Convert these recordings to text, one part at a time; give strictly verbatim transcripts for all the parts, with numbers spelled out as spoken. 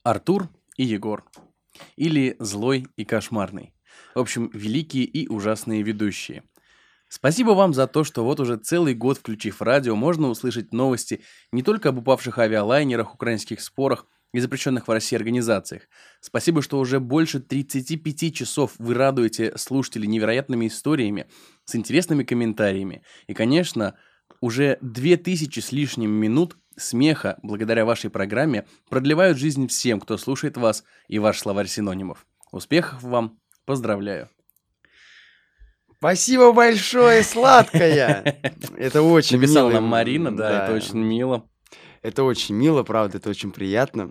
Артур и Егор. Или Злой и Кошмарный. В общем, великие и ужасные ведущие. Спасибо вам за то, что вот уже целый год, включив радио, можно услышать новости не только об упавших авиалайнерах, украинских спорах и запрещенных в России организациях. Спасибо, что уже больше тридцати пяти часов вы радуете слушателей невероятными историями, с интересными комментариями. И, конечно, уже две тысячи с лишним минут смеха, благодаря вашей программе, продлевают жизнь всем, кто слушает вас и ваш словарь синонимов. Успехов вам! Поздравляю! Спасибо большое, сладкая! Это очень мило. Написала нам Марина, да, да, это очень мило. Это очень мило, правда, это очень приятно.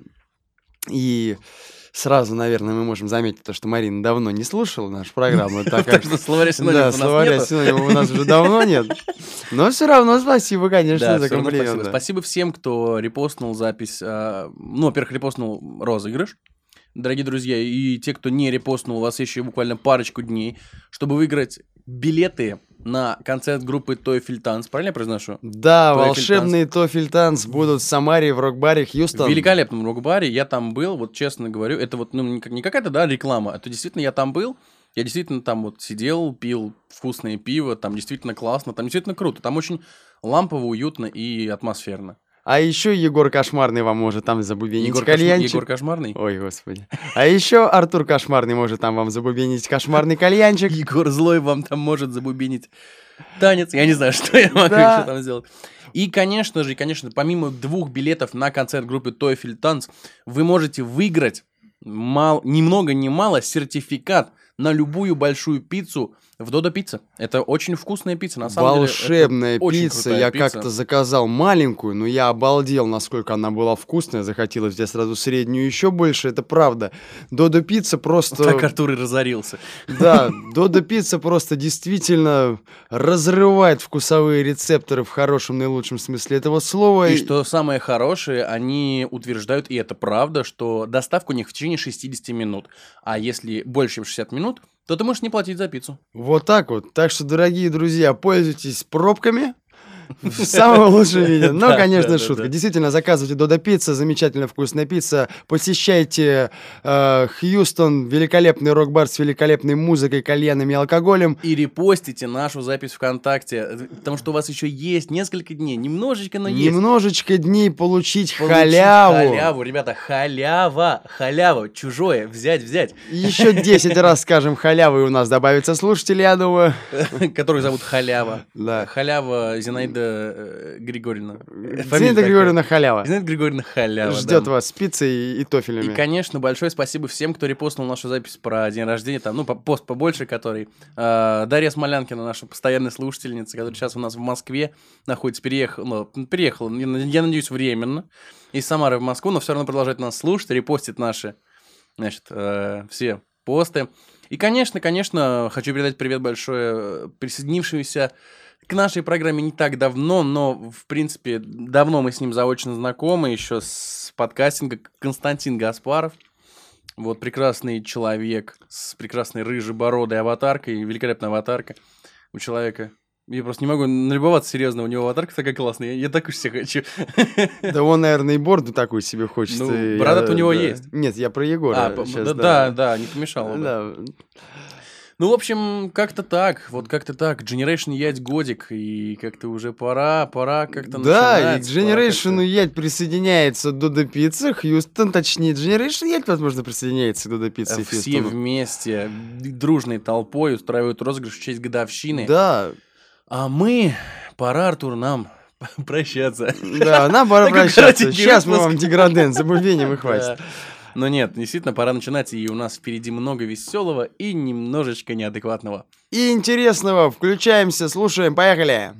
И сразу, наверное, мы можем заметить то, что Марина давно не слушала нашу программу. Так что словаря синонимов у нас нет. Да, словаря синонимов у нас уже давно нет. Но все равно спасибо, конечно, за комплимент. Спасибо всем, кто репостнул запись. Ну, во-первых, репостнул розыгрыш. Дорогие друзья, и те, кто не репостнул, у вас еще буквально парочку дней, чтобы выиграть билеты на концерт группы Тофель Танц. Правильно я произношу? Да, Тофель волшебные Тофель Танц будут в Самаре в рок-баре Хьюстон. В великолепном рок-баре. Я там был, вот честно говорю, это вот ну, не какая-то, да, реклама, это действительно я там был. Я действительно там вот сидел, пил вкусное пиво, там действительно классно, там действительно круто. Там очень лампово, уютно и атмосферно. А еще Егор Кошмарный вам может там забубенить Егор кальянчик. Кош... Егор Кошмарный? Ой, господи. А еще Артур Кошмарный может там вам забубенить кошмарный кальянчик. Егор Злой вам там может забубенить танец. Я не знаю, что я могу да. еще там сделать. И, конечно же, конечно, помимо двух билетов на концерт группы Тофель Танц, вы можете выиграть мал... ни много ни мало сертификат на любую большую пиццу в Додо Пицца. Это очень вкусная пицца, на самом волшебная деле. Волшебная пицца. Я пицца. как-то заказал маленькую, но я обалдел, насколько она была вкусная. Захотелось взять сразу среднюю еще больше. Это правда. Додо Пицца просто... Так Артур и разорился. Да, Додо Пицца просто действительно разрывает вкусовые рецепторы в хорошем, наилучшем смысле этого слова. И что самое хорошее, они утверждают, и это правда, что доставка у них в течение шестидесяти минут. А если больше, чем шестьдесят минут, то ты можешь не платить за пиццу. Вот так вот. Так что, дорогие друзья, пользуйтесь пробками в самом лучшем виде. Но, конечно, шутка. Действительно, заказывайте Додо Пицца, замечательно вкусная пицца. Посещайте Хьюстон, великолепный рок-бар с великолепной музыкой, кальянами и алкоголем. И репостите нашу запись ВКонтакте, потому что у вас еще есть несколько дней, немножечко, но есть. Немножечко дней получить халяву. Халяву, ребята, халява, халява, чужое, взять, взять. Еще десять раз скажем халявы, у нас добавится слушатели, я думаю. Которых зовут Халява. Да. Халява Зинаида Григорьевна. Зинаида Григорьевна Халява. Зинаида Григорьевна Халява. Ждет да. вас с пиццей и, и тофелями. И, конечно, большое спасибо всем, кто репостнул нашу запись про день рождения, там, ну, пост побольше, который. Э, Дарья Смолянкина, наша постоянная слушательница, которая сейчас у нас в Москве находится, переехала, ну, переехала, я надеюсь, временно, из Самары в Москву, но все равно продолжает нас слушать, репостит наши, значит, э, все посты. И, конечно, конечно, хочу передать привет большое присоединившемуся к нашей программе не так давно, но, в принципе, давно мы с ним заочно знакомы, еще с подкастинга, Константин Гаспаров. Вот прекрасный человек с прекрасной рыжебородой аватаркой, великолепная аватарка у человека. Я просто не могу налюбоваться серьезно, у него аватарка такая классная, я, я так уж себе хочу. Да он, наверное, и бороду такую себе хочет. Ну, борода-то у него да. есть. Нет, я про Егора а, сейчас, да, да. да, да, не помешало бы. Да. Ну, в общем, как-то так, вот как-то так, Generation Ядь годик, и как-то уже пора, пора как-то да, начинать. Да, и Generation Ядь присоединяется к Додо Пицце, Хьюстон, точнее, Generation Ядь, возможно, присоединяется к Додо Пицце и Все Хьюстону. вместе, дружной толпой устраивают розыгрыш в честь годовщины. Да. А мы, пора, Артур, нам прощаться. Да, нам пора прощаться. Сейчас мы вам деграден, забубеним и хватит. Но нет, действительно, пора начинать, и у нас впереди много веселого и немножечко неадекватного. И интересного. Включаемся, слушаем, поехали!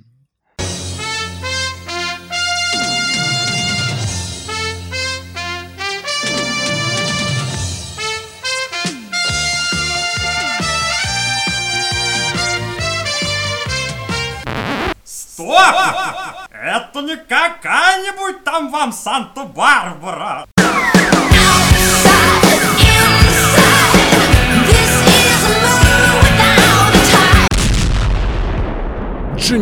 Стоп! Это не какая-нибудь там вам Санта-Барбара!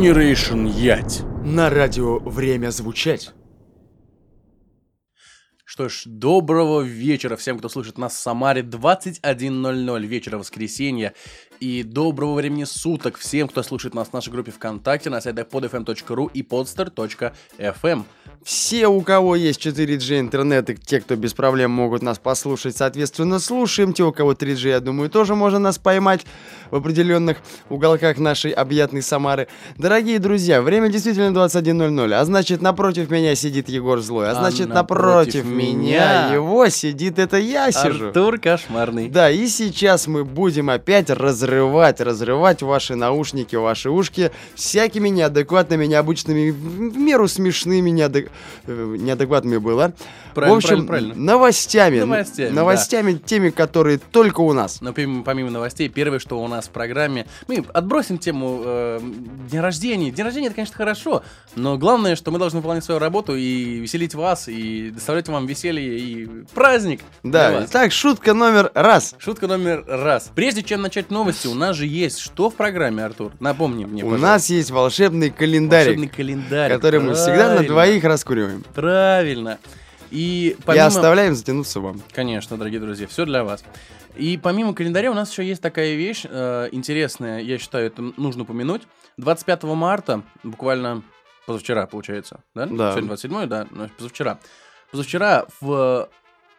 Generation Ядь. На радио время звучать. Что ж, доброго вечера всем, кто слышит нас в Самаре. двадцать один ноль ноль вечера воскресенья. И доброго времени суток всем, кто слушает нас в нашей группе ВКонтакте на сайтах под эф эм точка ру и подстер точка эф эм. Все, у кого есть четыре джи интернет, и те, кто без проблем могут нас послушать, соответственно, слушаем. Те, у кого три джи, я думаю, тоже можно нас поймать в определенных уголках нашей объятной Самары. Дорогие друзья, время действительно двадцать один ноль ноль, а значит, напротив меня сидит Егор Злой, а значит, а напротив, напротив меня его сидит, это я сижу. Артур Кошмарный. Да, и сейчас мы будем опять разрывать, разрывать ваши наушники, ваши ушки всякими неадекватными, необычными, в меру смешными, неадекватными, неадекватными было. Правильно, в общем, правильно, правильно. новостями. Новостями, новостями да. Теми, которые только у нас. Но помимо, помимо новостей, первое, что у нас в программе, мы отбросим тему э, дня рождения. День рождения, это, конечно, хорошо, но главное, что мы должны выполнять свою работу и веселить вас, и доставлять вам веселье и праздник. Да, так, шутка номер раз. Шутка номер раз. Прежде чем начать новости, у нас же есть что в программе, Артур? Напомни мне, У пожалуйста. нас есть волшебный календарь, волшебный календарь, который мы всегда на двоих раскуриваем. Правильно. И, помимо... и оставляем затянуться вам. Конечно, дорогие друзья, все для вас. И помимо календаря у нас еще есть такая вещь э, интересная, я считаю, это нужно упомянуть. двадцать пятого марта, буквально позавчера, получается, да? Да. Сегодня двадцать седьмое, да, но позавчера. Позавчера в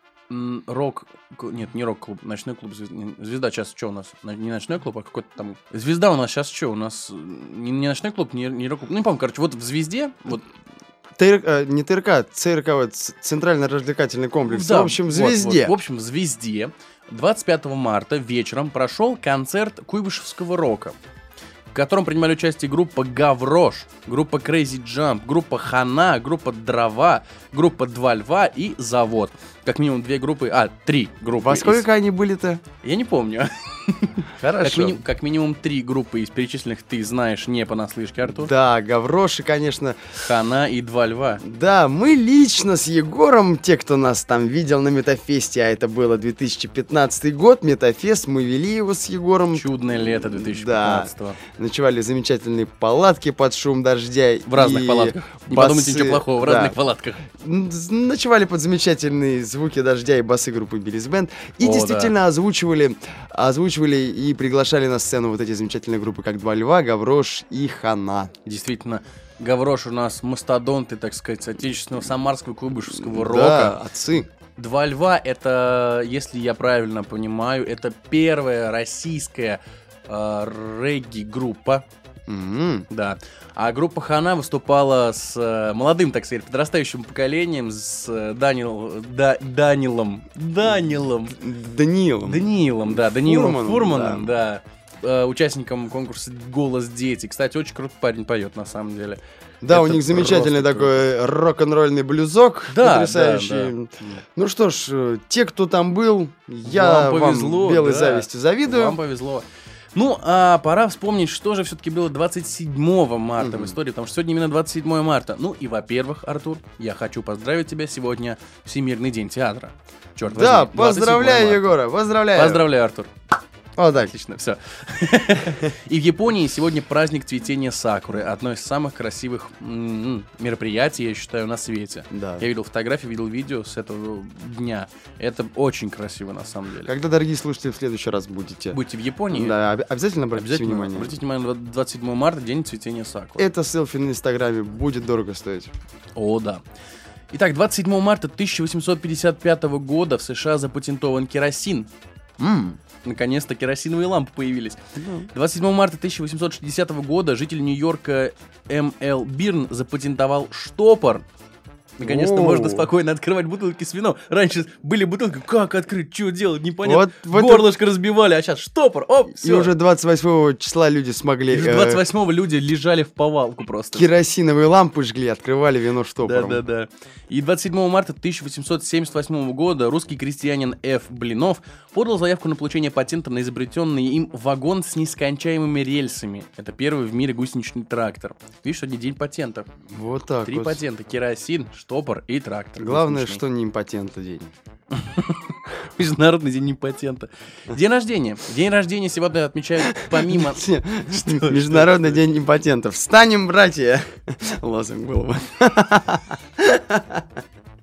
м, рок... Нет, не рок-клуб, ночной клуб «Звезда». Сейчас что у нас? Не ночной клуб, а какой-то там... «Звезда» у нас сейчас что? У нас не, не ночной клуб, не, не рок-клуб. Ну, не помню, короче, вот в «Звезде», вот... ТР, э, не ТРК, ЦРК, вот, Центральный развлекательный комплекс. Да, в общем, в вот, «Звезде». Вот, в общем, в «Звезде» двадцать пятого марта вечером прошел концерт куйбышевского рока, в котором принимали участие группа «Гаврош», группа Crazy Jump, группа «Хана», группа «Дрова», группа «Два льва» и «Завод». Как минимум две группы, а, три группы. Во сколько из... они были-то? Я не помню. Хорошо. Как, мини... как минимум три группы из перечисленных ты знаешь не понаслышке, Артур. Да, Гавроши, конечно. Хана и Два льва. Да, мы лично с Егором, те, кто нас там видел на Метафесте, а это было две тысячи пятнадцатый год, Метафест, мы вели его с Егором. Чудное лето две тысячи пятнадцатого. Да, ночевали в замечательной палатке под шум дождя. В разных палатках. Не басы... подумайте ничего плохого, в да. разных палатках. Ночевали под замечательные звуки дождя и басы группы Биллис Бенд. И О, действительно да. озвучивали, озвучивали и приглашали на сцену вот эти замечательные группы, как Два льва, Гаврош и Хана. Действительно, Гаврош у нас мастодонты, так сказать, отечественного самарского куйбышевского рока. Да, отцы. Два льва, это, если я правильно понимаю, это первая российская э, регги-группа. Mm-hmm. Да. А группа Хана выступала с э, молодым, так сказать, подрастающим поколением, с э, Данил, да, Данилом. Данилом. Даниилом. Даниилом, да. Даниилом Фурманом, Фурманом, да. да. Э, участником конкурса «Голос дети». Кстати, очень крутой парень поет, на самом деле. Да, это у них замечательный такой круто. Рок-н-ролльный блюзок, да, потрясающий. Да, да. Ну что ж, те, кто там был, я вам, повезло, вам белой да. завистью завидую. Вам повезло. Ну, а пора вспомнить, что же все-таки было двадцать седьмого марта mm-hmm. в истории, потому что сегодня именно двадцать седьмого марта. Ну и, во-первых, Артур, я хочу поздравить тебя, сегодня Всемирный день театра. Черт возьми. Да, поздравляю, Егора, поздравляю. Поздравляю, Артур. Вот так. Отлично, все. И в Японии сегодня праздник цветения сакуры. Одно из самых красивых м-м, мероприятий, я считаю, на свете. Да. Я видел фотографии, видел видео с этого дня. Это очень красиво, на самом деле. Когда, дорогие слушатели, в следующий раз будете? Будете в Японии? Да, об- обязательно обратите обязательно внимание. Обратите внимание, двадцать седьмого марта, день цветения сакуры. Это селфи на Инстаграме будет дорого стоить. О, да. Итак, двадцать седьмого марта тысяча восемьсот пятьдесят пятого года в США запатентован керосин. Ммм. Наконец-то керосиновые лампы появились. Mm. двадцать седьмого марта тысяча восемьсот шестидесятого года житель Нью-Йорка М Л Бирн запатентовал штопор. Наконец-то Оу. можно спокойно открывать бутылки с вином. Раньше были бутылки, как открыть, что делать, непонятно. Вот, Горлышко это... разбивали, а сейчас штопор, оп, И все. уже двадцать восьмого числа люди смогли... И уже двадцать восьмого э... люди лежали в повалку просто. Керосиновые лампы жгли, открывали вино штопором. Да-да-да. И двадцать седьмого марта тысяча восемьсот семьдесят восьмого года русский крестьянин Ф. Блинов подал заявку на получение патента на изобретенный им вагон с нескончаемыми рельсами. Это первый в мире гусеничный трактор. Видишь, сегодня день патентов. Вот так Три вот. патента. Керосин, штопор и трактор. Главное, что не импотента день. Международный день импотента. День рождения. День рождения сегодня отмечают помимо... Международный день импотентов. Встанем, братья! Лозунг был бы.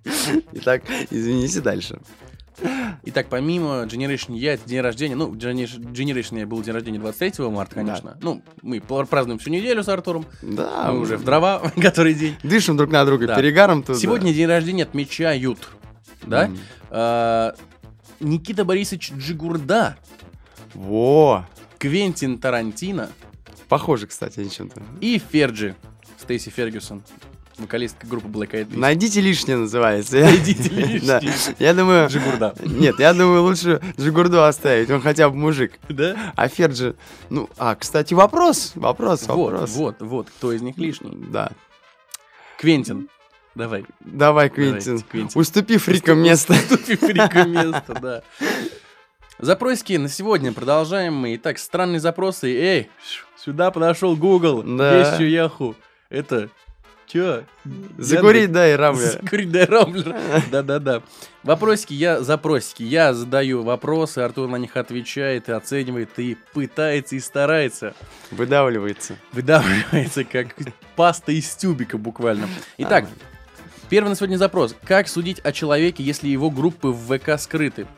Итак, извините, дальше. Итак, помимо Generation Я, это день рождения, ну, Generation Я был день рождения двадцать третьего марта, конечно. Да. Ну, мы празднуем всю неделю с Артуром. Да. Мы уже в дрова, который день. Дышим друг на друга, да. перегаром тут. Сегодня да. день рождения отмечают, да? Mm. А, Никита Борисович Джигурда. Во! Квентин Тарантино. Похоже, кстати, о чем-то. И Ферджи, Стейси Фергюсон. Вокалистка группы Black Eyed Peas. Найдите лишнее называется. Найдите лишнее. Да. Я думаю... Джигурда. Нет, я думаю, лучше Джигурду оставить, он хотя бы мужик. Да? А Ферджи... Ну, а, кстати, вопрос, вопрос, вот, вопрос. Вот, вот, кто из них лишний? Да. Квентин, давай. Давай, Квентин. Давайте, Квентин. Уступи фрикам место. Уступи фрикам место, да. Запросики на сегодня продолжаем мы. Итак, странные запросы. Эй, сюда подошел Google. Да. Есть еще Яху. Это... Чё? Закурить, да, и рамблер. Закурить, да, и рамблер. Да-да-да. Вопросики, я запросики. Я задаю вопросы, Артур на них отвечает и оценивает, и пытается, и старается. Выдавливается. Выдавливается, как паста из тюбика буквально. Итак, первый на сегодня запрос. Как судить о человеке, если его группы в ВК скрыты?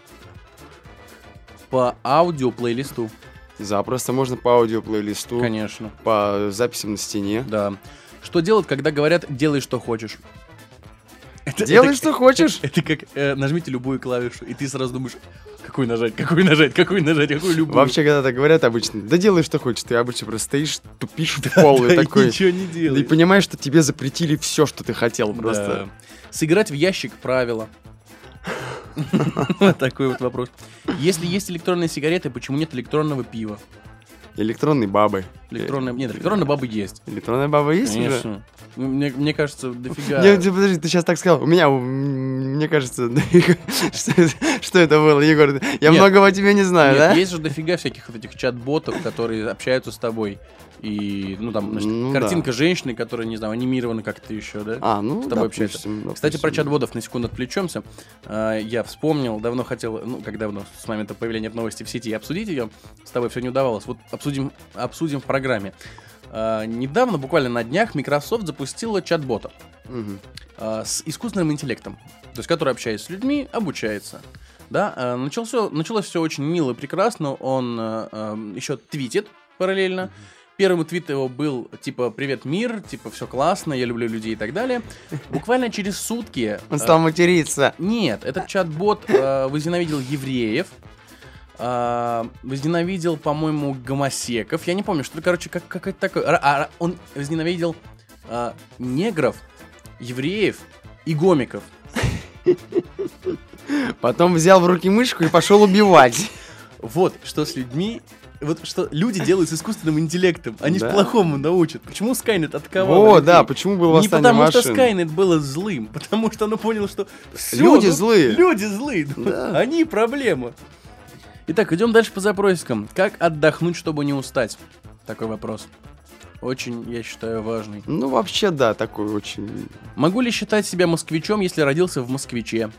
По аудиоплейлисту. Запросто можно по аудиоплейлисту. Конечно. По записям на стене. Да. Что делать, когда говорят «делай, что хочешь»? Это, Делай, это, что хочешь. Это, это как э, нажмите любую клавишу, и ты сразу думаешь, какую нажать, какую нажать, какую нажать, какую любую. Вообще, когда так говорят обычно, да делай, что хочешь, ты обычно просто стоишь, тупишь в пол и такой... ничего не делаешь. И понимаешь, что тебе запретили все, что ты хотел просто. Сыграть в ящик правила. Вот такой вот вопрос. Если есть электронные сигареты, почему нет электронного пива? Электронные бабы. Электронная... Нет, электронные бабы есть. Электронная баба есть уже? Конечно. Мне, мне кажется, дофига... Нет, подожди, ты сейчас так сказал. У меня, мне кажется, что, что это было, Егор? Я Нет. многого о тебе не знаю, Нет, да? есть же дофига всяких вот этих чат-ботов, которые общаются с тобой. И, ну, там, значит, Ну, картинка да. женщины, которая, не знаю, анимирована как-то еще, да? А, ну, с тобой допустим, общается. допустим. Кстати, про чат-ботов на секунду отвлечемся. А, я вспомнил, давно хотел, ну, как давно, с момента появления новости в сети, обсудить ее. С тобой все не удавалось. Вот обсудим, обсудим в программе. А, недавно, буквально на днях, Microsoft запустила чат-бота Мгм. а, с искусственным интеллектом, то есть который, общаясь с людьми, обучается. Да, а, началось, началось все очень мило и прекрасно. Он а, а, еще твитит параллельно. Первый твит его был, типа, «Привет, мир», типа, «Все классно, я люблю людей» и так далее. Буквально через сутки... Он стал материться. Нет, этот чат-бот э, возненавидел евреев, э, возненавидел, по-моему, гомосеков. Я не помню, что, короче, как, как это такое. Ра- а, он возненавидел э, негров, евреев и гомиков. Потом взял в руки мышку и пошел убивать. Вот, что с людьми... Вот что люди делают с искусственным интеллектом. Они Да. ж плохому научат. Почему Скайнет атаковал О, людей? да, почему было Не восстание потому, что машин? Скайнет было злым, потому что оно поняло, что всё, Люди ну, злые. Люди злые. ну, Да. Они проблема. Итак, идем дальше по запросикам. Как отдохнуть, чтобы не устать? Такой вопрос. Очень, я считаю, важный. Ну, вообще, да, такой очень... Могу ли считать себя москвичом, если родился в Москвиче?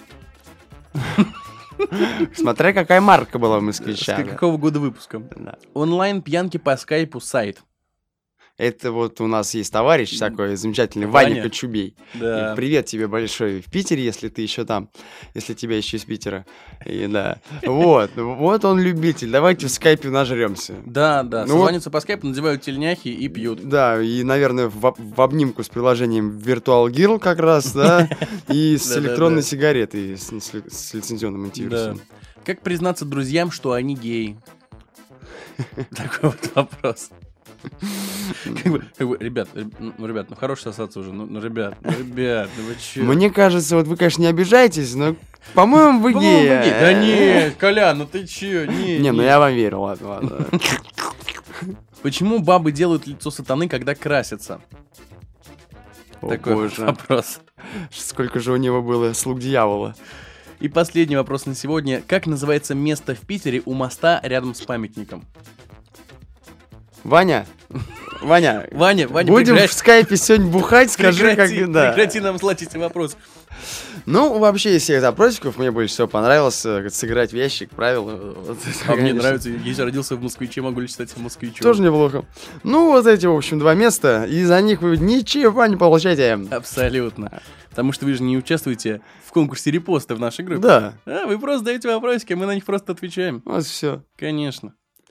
Смотря какая марка была у С москвича. да. какого года выпуска? Да. Онлайн-пьянки по скайпу сайт. Это вот у нас есть товарищ такой замечательный, Ваня. Ваня Кочубей. Да. И привет тебе большой в Питере, если ты еще там, если тебя еще из Питера. И да. Вот, вот он любитель. Давайте в скайпе нажремся. Да, да. Ну Созваниваются по скайпу, надевают тельняхи и пьют. Да, и, наверное, в, в обнимку с приложением Virtual Girl как раз, да, и с Да-да-да. электронной сигаретой, с, с ли- с лицензионным Да. антивирусом. Как признаться друзьям, что они геи? Такой вот вопрос. Как бы, как бы, ребят, реб- ну, ребят, ну хорош сосаться уже, ну, ну, ребят, ну, ребят, ну вы чё? Мне кажется, вот вы, конечно, не обижаетесь, но, по-моему, вы По-моему, геи. вы геи. Да нет, Колян, ну ты чё? Не, Не, ну не. я вам верю, ладно, ладно. Почему бабы делают лицо сатаны, когда красятся? О, Такой вот боже. вопрос. Сколько же у него было слуг дьявола. И последний вопрос на сегодня. Как называется место в Питере у моста рядом с памятником? Ваня, Ваня, Ваня, Ваня, будем прекрати- в скайпе сегодня бухать, скажи, прекрати, как... Да. прекрати нам слать эти вопросы. Ну, вообще, из всех запросиков мне больше всего понравилось э, сыграть в ящик, правила. Вот это, А мне конечно, нравится, если родился в Москвиче, могу ли считать себя москвичом? Тоже неплохо. Ну, вот эти, в общем, два места, и за них вы ничего не получаете. Абсолютно. Потому что вы же не участвуете в конкурсе репоста в нашей группе. Да. А, вы просто даете вопросики, а мы на них просто отвечаем. Вот все. Конечно.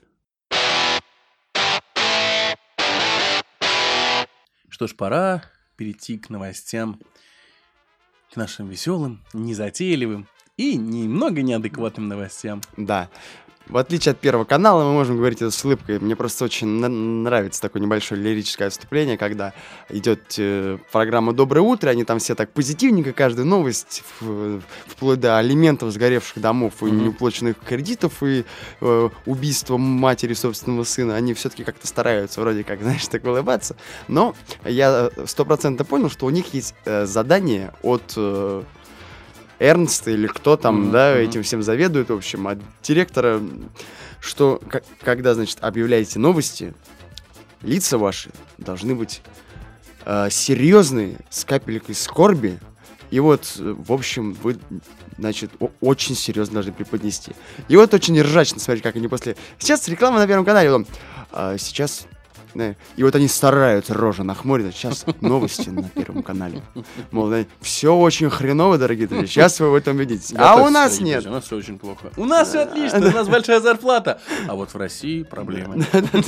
Что ж, пора перейти к новостям, к нашим веселым, незатейливым и немного неадекватным новостям. Да. В отличие от Первого канала, мы можем говорить это с улыбкой. Мне просто очень на- нравится такое небольшое лирическое отступление, когда идет э, программа «Доброе утро», они там все так позитивненько, каждую новость, в- вплоть до алиментов сгоревших домов и Мгм. неуплаченных кредитов, и э, убийства матери собственного сына, они все-таки как-то стараются вроде как, знаешь, так улыбаться. Но я стопроцентно понял, что у них есть э, задание от... э, Эрнст или кто там, Мгм, да, мгм. этим всем заведует, в общем, от директора, что к- когда, значит, объявляете новости, лица ваши должны быть э, серьезные, с капелькой скорби, и вот, э, в общем, вы, значит, о- очень серьезно должны преподнести. И вот очень ржачно смотреть, как они после... Сейчас реклама на Первом канале, потом, а, сейчас... да, и вот они стараются, рожа нахмурить. Сейчас новости на Первом канале. Мол, все очень хреново, дорогие друзья. Сейчас вы в этом убедитесь. А Готовьтесь, у нас дорогие нет. друзья, у нас все очень плохо. У нас все отлично, у нас большая зарплата. А вот в России проблемы.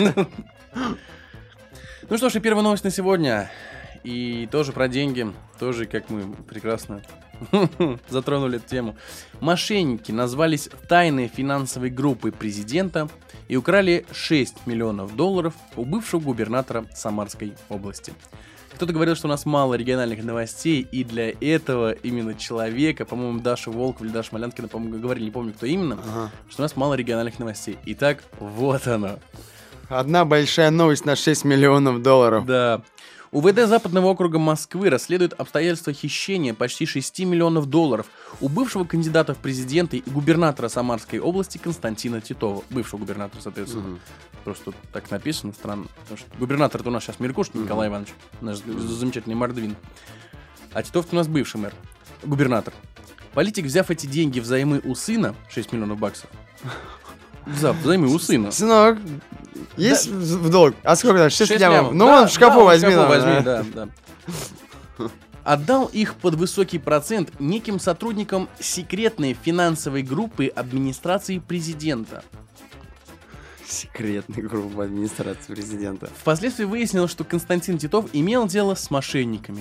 Ну что ж, и первая новость на сегодня. И тоже про деньги. Тоже, как мы прекрасно затронули эту тему. Мошенники назвались тайной финансовой группой президента и украли шесть миллионов долларов у бывшего губернатора Самарской области. Кто-то говорил, что у нас мало региональных новостей, и для этого именно человека, по-моему, Даша Волкова или Даша Малянкина, по-моему, говорили, не помню, кто именно, Ага. что у нас мало региональных новостей. Итак, вот оно. Одна большая новость на шесть миллионов долларов. Да. УВД Западного округа Москвы расследует обстоятельства хищения почти шести миллионов долларов у бывшего кандидата в президенты и губернатора Самарской области Константина Титова. Бывшего губернатора, соответственно. Мгм. Просто тут так написано, странно. Потому что губернатор-то у нас сейчас Меркушкин Мгм. Николай Иванович, наш замечательный мордвин. А Титов у нас бывший мэр, губернатор. Политик, взяв эти деньги взаймы у сына, шесть миллионов баксов, взяв взаймы у сына. Сынок, есть в в долг? А сколько там? шесть Шесть лямов? лямов. Ну, Да, вон в шкафу да, возьми. В шкафу нам, возьми, да. да, да. Отдал их под высокий процент неким сотрудникам секретной финансовой группы администрации президента. Секретная группа администрации президента. Впоследствии выяснилось, что Константин Титов имел дело с мошенниками.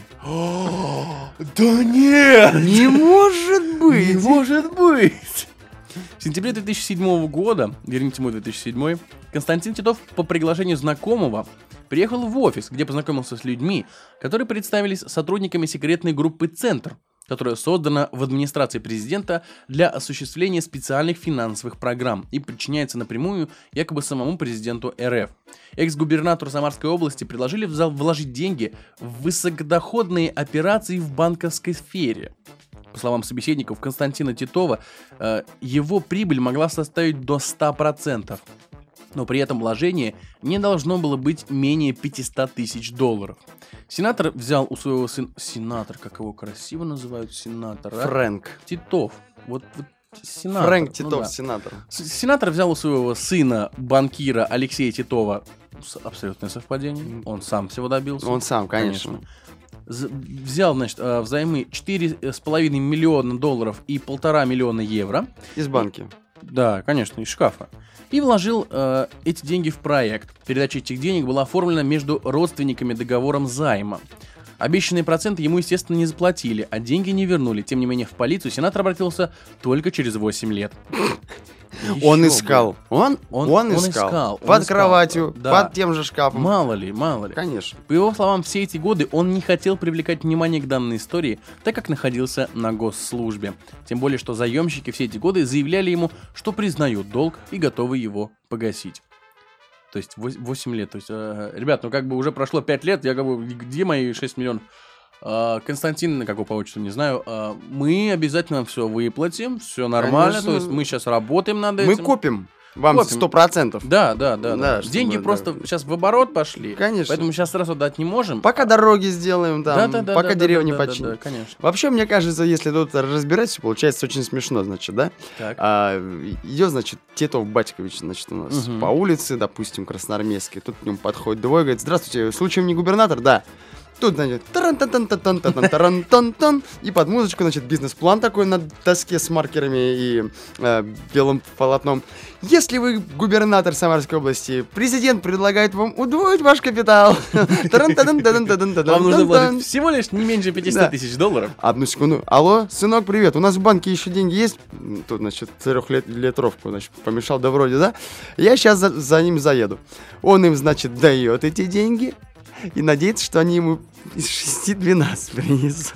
Да нет! Не может Не быть! может быть! В сентябре две тысячи седьмого года, верните мой две тысячи седьмой, Константин Титов по приглашению знакомого приехал в офис, где познакомился с людьми, которые представились сотрудниками секретной группы «Центр», которая создана в администрации президента для осуществления специальных финансовых программ и подчиняется напрямую якобы самому президенту РФ. Экс-губернатору Самарской области предложили в зал вложить деньги в высокодоходные операции в банковской сфере. По словам собеседников Константина Титова, э, его прибыль могла составить до ста процентов. Но при этом вложение не должно было быть менее пятьсот тысяч долларов. Сенатор взял у своего сына... Сенатор, как его красиво называют, сенатор, а? Фрэнк. Титов. Вот, вот сенатор. Фрэнк ну Титов, да. сенатор. С- Сенатор взял у своего сына, банкира Алексея Титова, с- абсолютное совпадение, он сам всего добился. Он сам, конечно. З- взял, значит, э, взаймы четыре с половиной миллиона долларов и полтора миллиона евро. Из банки. Да, конечно, из шкафа. И вложил э, эти деньги в проект. Передача этих денег была оформлена между родственниками договором займа. Обещанные проценты ему, естественно, не заплатили, а деньги не вернули. Тем не менее, в полицию сенатор обратился только через восемь лет. Он Еще искал. Он, Он- он, он искал. искал, он Под искал. кроватью, Да. под тем же бы. шкафом. Мало ли, мало ли. Конечно. По его словам, все эти годы он не хотел привлекать внимание к данной истории, так как находился на госслужбе. Тем более, что заемщики все эти годы заявляли ему, что признают долг и готовы его погасить. То есть восемь лет. То есть, э, ребят, ну как бы уже прошло пять лет, я как бы, где мои шесть миллионов? Э, Константин, как его по отчеству, не знаю, э, мы обязательно все выплатим, все нормально, Конечно. то есть мы сейчас работаем над Мы этим. купим вам Копим. сто процентов. Да, да, да. Да, да. чтобы, Деньги да. просто сейчас в оборот пошли. Конечно. Поэтому сейчас сразу дать не можем. Пока дороги сделаем там, Да, да, да, пока да, да, деревни да, да, починим. да, конечно. Вообще, мне кажется, если тут разбирать, все получается очень смешно, значит, да? Так. А, идет, значит, Титов Батькович, значит, у нас Мгм. по улице, допустим, Красноармейской. Тут к нему подходит двое, говорит: здравствуйте, случаем не губернатор? Да. Тут, значит, таран-тан-тан-тан-тан-тан-тан-тан, и под музычку, значит, бизнес-план такой на доске с маркерами и э, белым полотном. Если вы губернатор Самарской области, президент предлагает вам удвоить ваш капитал. Вам нужно вложить всего лишь не меньше пятьсот тысяч долларов. Одну секунду. Алло, сынок, привет. У нас в банке еще деньги есть? Тут, значит, трехлитровку, значит, помешал, да вроде, да? Я сейчас за, за ним заеду. Он им, значит, дает эти деньги и надеется, что они ему из шести двенадцать принесут.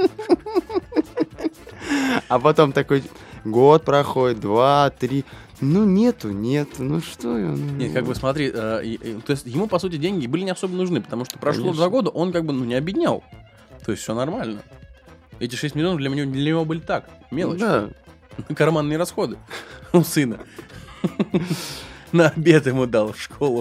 А потом такой год проходит, два, три. Ну, нету, нету, ну что я... Ну... Нет, как бы смотри, э, и, и, то есть ему, по сути, деньги были не особо нужны, потому что прошло Конечно. два года, он как бы, ну, не обеднял. То есть все нормально. Эти шесть миллионов для него, для него были так, мелочь. Да. Карманные расходы у сына. На обед ему дал в школу.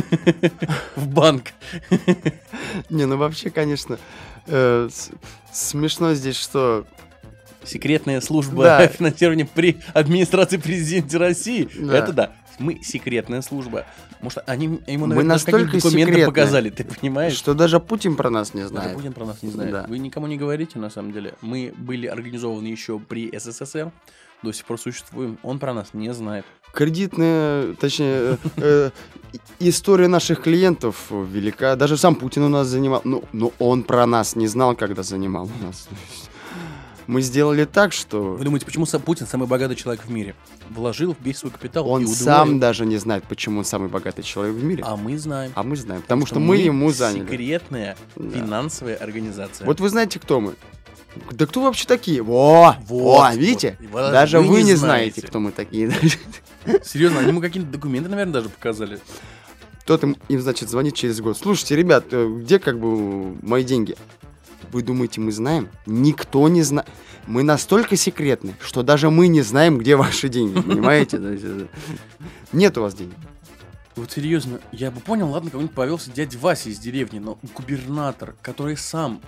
В банк. Не, ну вообще, конечно, э, с- смешно здесь, что... Секретная служба Да. финансирования при администрации президента России. Да. Это да. Мы секретная служба. Может, они ему, Мы наверное, даже какие-то настолько документы секретные, показали, ты понимаешь? Что даже Путин про нас не Даже знает. Путин про нас не знает. Да. Вы никому не говорите, на самом деле. Мы были организованы еще при СССР, до сих пор существуем. Он про нас не знает. Кредитная, точнее, э, э, история наших клиентов велика. Даже сам Путин у нас занимал. Ну, но он про нас не знал, когда занимал у нас. То есть мы сделали так, что Вы думаете, почему сам Путин самый богатый человек в мире? Вложил весь свой капитал и он удвоил. сам даже не знает, почему он самый богатый человек в мире. А мы знаем. А мы знаем, потому что мы ему заняли. секретная Да. финансовая организация. Вот вы знаете, кто мы? Да кто вообще такие? Во! Вот, Во, видите? вот. Вот Даже вы вы, не не знаете. знаете, кто мы такие. Серьезно, они ему какие-то документы, наверное, даже показали. Тот им, им, значит, звонит через год. Слушайте, ребят, э, где как бы мои деньги? Вы думаете, мы знаем? Никто не знает. Мы настолько секретны, что даже мы не знаем, где ваши деньги. Понимаете? То есть, э, нет у вас денег. Вот серьезно, я бы понял, ладно, кого-нибудь повелся дядя Вася из деревни, но губернатор, который сам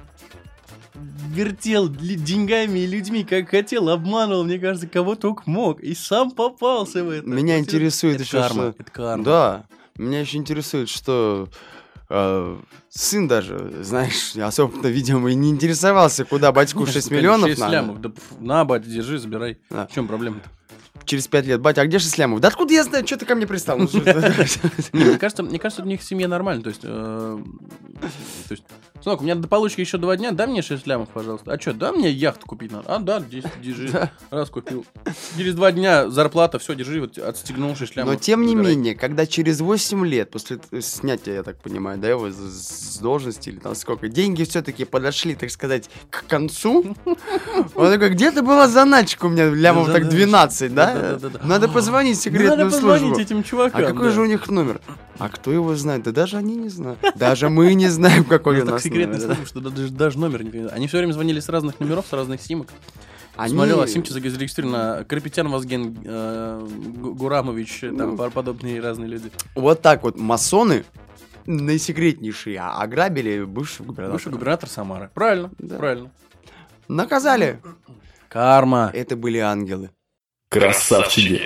вертел ли- деньгами и людьми, как хотел, обманывал, мне кажется, кого только мог, и сам попался в это. Меня Вот интересует это еще, карма, что... это карма. Да, меня еще интересует, что э, сын даже, знаешь, особо, видимо, и не интересовался, куда батьку Конечно, шесть конечно, миллионов шесть надо. лямов. Да, пф, на, батя, держи, забирай. Да. В чем проблема-то? Через пять лет. Батя, а где шесть лямов? Да откуда я знаю, что ты ко мне пристал? Ну, что это? Не, мне кажется, мне кажется, у них в семье нормально. То есть, э, то есть, сынок, у меня до получки еще два дня, дай мне шесть лямов, пожалуйста. А что, да, мне яхту купить надо? А, да, здесь, держи. Раз купил. Через два дня зарплата, все, держи, вот отстегнул шесть лямов. Но тем не забирай. менее, когда через восемь лет после т- снятия, я так понимаю, да, его с- с должности или там сколько, деньги все-таки подошли, так сказать, к концу, он такой, где-то была заначка у меня лямов так Да-да-да. двенадцать, да? Да-да-да-да. Надо позвонить в секретную Надо позвонить службу. этим чувакам. А какой да. же у них номер? А кто его знает? Да даже они не знают. Даже мы не знаем, какой Ну, у так нас секретная номер. да. служба, что даже, даже номер не понимаю. Они все время звонили с разных номеров, с разных симок. Они- Смотрел, а симки зарегистрированы Карапетян Вазген э, Гу- Гурамович, э, там Ну. пар- подобные разные люди. Вот так вот масоны наисекретнейшие а ограбили бывшего губернатора. Бывший губернатор Самары. Правильно, Да. правильно. Наказали. Карма. Это были ангелы. Красавчики.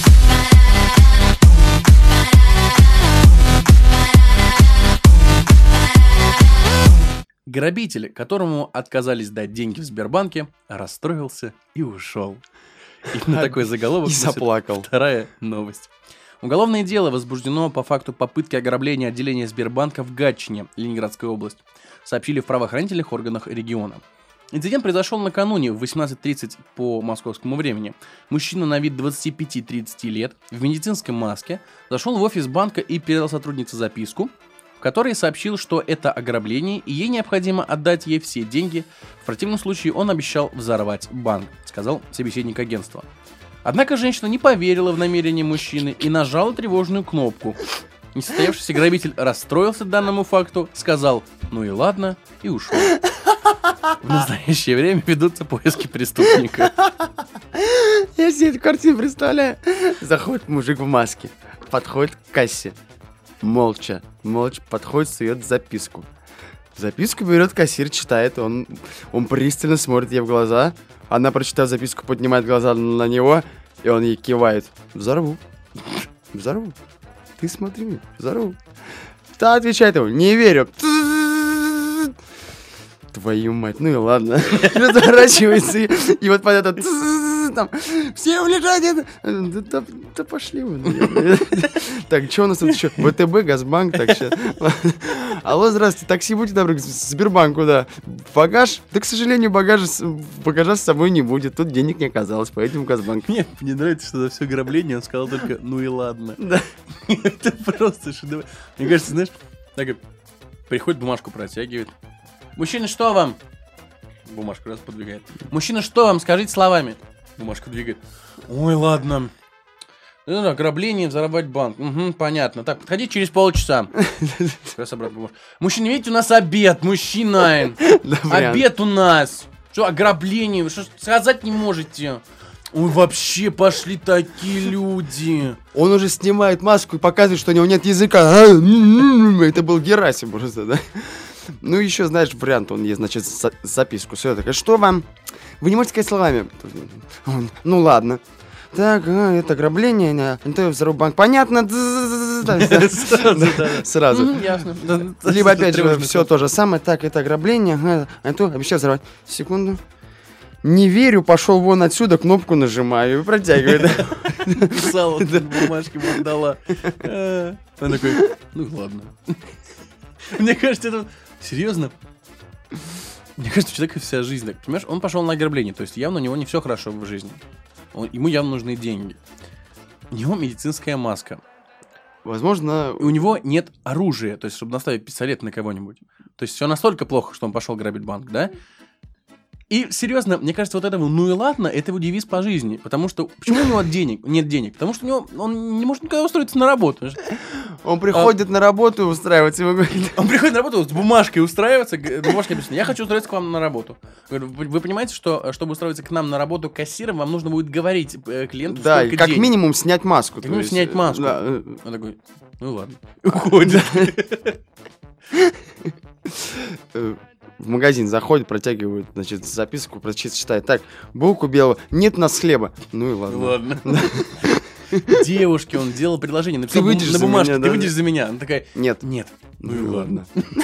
Грабитель, которому отказались дать деньги в Сбербанке, расстроился и ушел. Именно такой заголовок И носит заплакал. вторая новость. Уголовное дело возбуждено по факту попытки ограбления отделения Сбербанка в Гатчине, Ленинградская область, сообщили в правоохранительных органах региона. Инцидент произошел накануне в восемнадцать тридцать по московскому времени. Мужчина на вид двадцать пять тридцать лет в медицинской маске зашел в офис банка и передал сотруднице записку, в которой сообщил, что это ограбление и ей необходимо отдать ей все деньги. В противном случае он обещал взорвать банк, сказал собеседник агентства. Однако женщина не поверила в намерение мужчины и нажала тревожную кнопку. Несостоявшийся грабитель расстроился данному факту, сказал «ну и ладно» и ушел. В настоящее время ведутся поиски преступника. Я себе эту картину представляю. Заходит мужик в маске, подходит к кассе. Молча, молча подходит, сует записку. Записку берет кассир, читает, он, он пристально смотрит ей в глаза. Она, прочитав записку, поднимает глаза на него, и он ей кивает. Взорву. Взорву. Ты смотри мне, взорву. Та отвечает ему, не верю. Твою мать, ну и ладно. Разворачивается, и, и вот под это там, все улежать, да, да, да пошли вы. Так, что у нас тут еще? ВТБ, Газбанк, так сейчас. Алло, здравствуйте, такси, будьте добры, к Сбербанку, да. Багаж? Да, к сожалению, багажа, багажа с собой не будет, тут денег не оказалось, поэтому Газбанк. Нет, мне нравится, что за все грабление он сказал только «ну и ладно». Да. Это просто шедевр. Мне кажется, знаешь, так приходит, бумажку протягивает. Мужчина, что вам? Бумажку раз подвигает. Мужчина, что вам? Скажите словами. Бумажку двигает. Ой, ладно. Ну, да, ограбление, взорвать банк. Угу, понятно. Так, подходите через полчаса. Раз обратно бумажку. Мужчина, видите, у нас обед, мужчина. Обед у нас. Что, ограбление? Вы что, сказать не можете? Ой, вообще пошли такие люди. Он уже снимает маску и показывает, что у него нет языка. Это был Герасим просто, да? Ну, еще, знаешь, вариант, он есть, значит, за- записку. Все такое, что вам? Вы не можете сказать словами? Он, ну, ладно. Так, а, это ограбление, это взорвать банк. Понятно? Сразу. Ясно. Либо, опять же, все то же самое. Так, это ограбление, это обещаю взорвать. Секунду. Не верю, пошел вон отсюда, кнопку нажимаю и протягиваю. Писала бумажки, ему отдала. Он такой, ну ладно. Мне кажется, это... Серьезно? Мне кажется, у человека вся жизнь так. Понимаешь, он пошел на ограбление, то есть явно у него не все хорошо в жизни. Он, ему явно нужны деньги. У него медицинская маска. Возможно... И у него нет оружия, то есть, чтобы наставить пистолет на кого-нибудь. То есть, все настолько плохо, что он пошел грабить банк, да? И, серьезно, мне кажется, вот это, ну и ладно, это его девиз по жизни. Потому что, почему у него денег, нет денег? Потому что у него, он не может никогда устроиться на работу. Он приходит а... на работу и устраивается. Ему говорит... Он приходит на работу с бумажкой устраиваться, бумажка написано, я хочу устроиться к вам на работу. Говорю, вы понимаете, что, чтобы устроиться к нам на работу кассиром, вам нужно будет говорить клиенту, да, сколько как денег. Минимум снять маску. Как минимум снять маску. Да. Он такой, ну ладно, уходит. В магазин заходит, протягивает, значит, записку, прочитает. Так, булку белого, нет у нас хлеба. Ну и ладно. Ладно. Девушке он делал предложение, написал ты выйдешь на бумажке, меня, ты да? выйдешь за меня. Она такая, нет. Нет. Ну и ладно.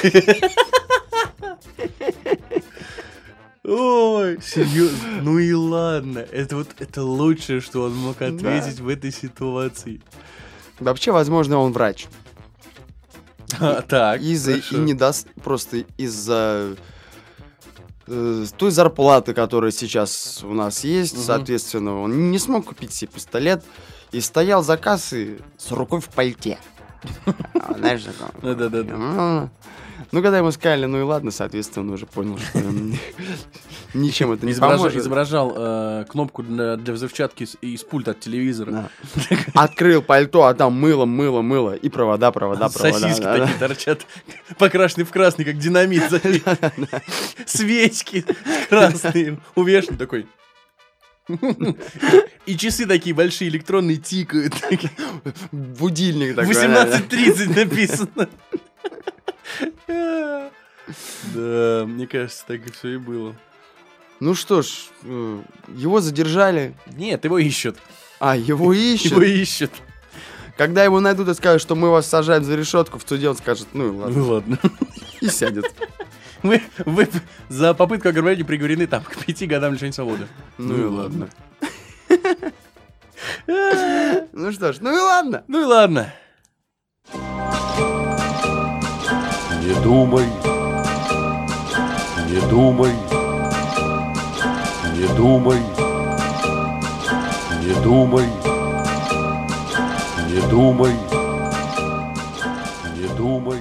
Ой, серьезно, ну и ладно. Это вот, это лучшее, что он мог ответить в этой ситуации. Вообще, возможно, он врач. А, так, из-за, и не даст просто из-за э, той зарплаты, которая сейчас у нас есть, угу. Соответственно, он не смог купить себе пистолет и стоял за кассой с рукой в пальте. Знаешь, такое. Да-да-да. Ну, когда ему сказали, ну и ладно, соответственно, он уже понял, что ничем это не поможет. Изображал э, кнопку для, для взрывчатки из, из пульта от телевизора. Да. Открыл пальто, а там мыло, мыло, мыло. И провода, провода, провода. Сосиски да, такие да. торчат, покрашенные в красный, как динамит. Свечки красные, увешаны такой. И часы такие большие, электронные, тикают. Будильник такой. восемнадцать тридцать написано. Да, мне кажется, так и все и было. Ну что ж, его задержали. Нет, его ищут. А, его ищут? Его ищут. Когда его найдут и скажут, что мы вас сажаем за решетку, в суде он скажет, ну и ладно. Ну ладно. И сядет. Вы, вы за попытку ограбления приговорены там к пяти годам лишения свободы. Ну, ну и ладно. Ну что ж, ну и ладно. Ну и ладно. Не думай, не думай, не думай, не думай, не думай, не думай.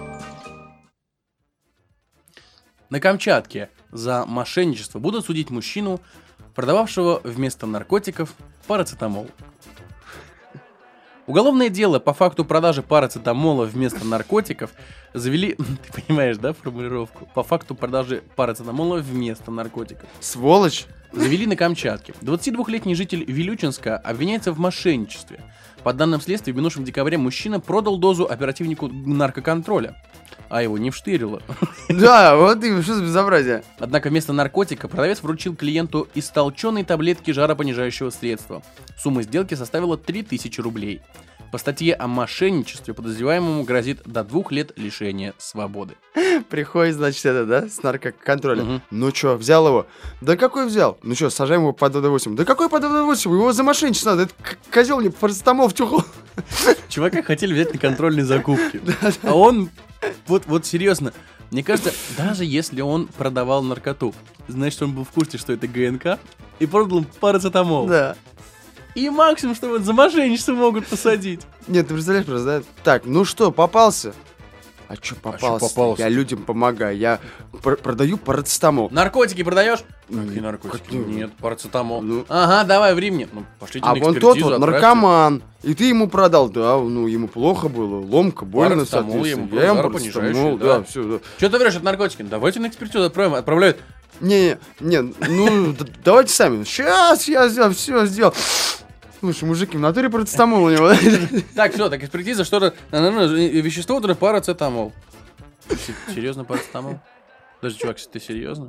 На Камчатке за мошенничество будут судить мужчину, продававшего вместо наркотиков парацетамол. Уголовное дело по факту продажи парацетамола вместо наркотиков завели... Ты понимаешь, да, формулировку? По факту продажи парацетамола вместо наркотиков. Сволочь! Завели на Камчатке. двадцатидвухлетний житель Вилючинска обвиняется в мошенничестве. По данным следствия, в минувшем декабре мужчина продал дозу оперативнику наркоконтроля, а его не вштырило. Да, вот и что за безобразие. Однако вместо наркотика продавец вручил клиенту истолченные таблетки жаропонижающего средства. Сумма сделки составила три тысячи рублей. По статье о мошенничестве подозреваемому грозит до двух лет лишения свободы. Приходит, значит, это, да, с наркоконтролем. Мгм. Ну чё, взял его? Да какой взял? Ну чё, сажаем его под д восемь. Да какой под д восемь? Его за мошенничество надо. Это козел мне парацетамол втюхал. Чувака хотели взять на контрольные закупки. А он, вот, вот серьезно, мне кажется, даже если он продавал наркоту, значит, он был в курсе, что это ГНК, и продал им парацетамол. Да. И максимум, что вот за мошенничество могут посадить. Нет, ты представляешь просто, да? Так, ну что, попался? А чё попался? попался? Я людям помогаю, я пр- продаю парацетамол. Наркотики продаешь? Ну, Какие наркотики? какие? Нет, парацетамол. Ну. Ага, давай в Римне. Ну, пошлите А на вон тот экспертизу, вот отправьте. наркоман, и ты ему продал, да, ну ему плохо было, ломка, больно, Парацетамол соответственно. ему, Я ему жар парацетамол, понижающий, да, да. все, да. Че ты врешь, это наркотики? Ну, давайте на экспертизу отправим. Отправляют. Не, не, ну д- давайте сами. Сейчас я сделал, все сделал. Слушай, мужики, в натуре парацетамол у него. Так, все, так экспертиза, что-то. ну, ну, ну, Вещество, это парацетамол. Се- Серьезно, парацетамол? Даже, чувак, ты серьезно?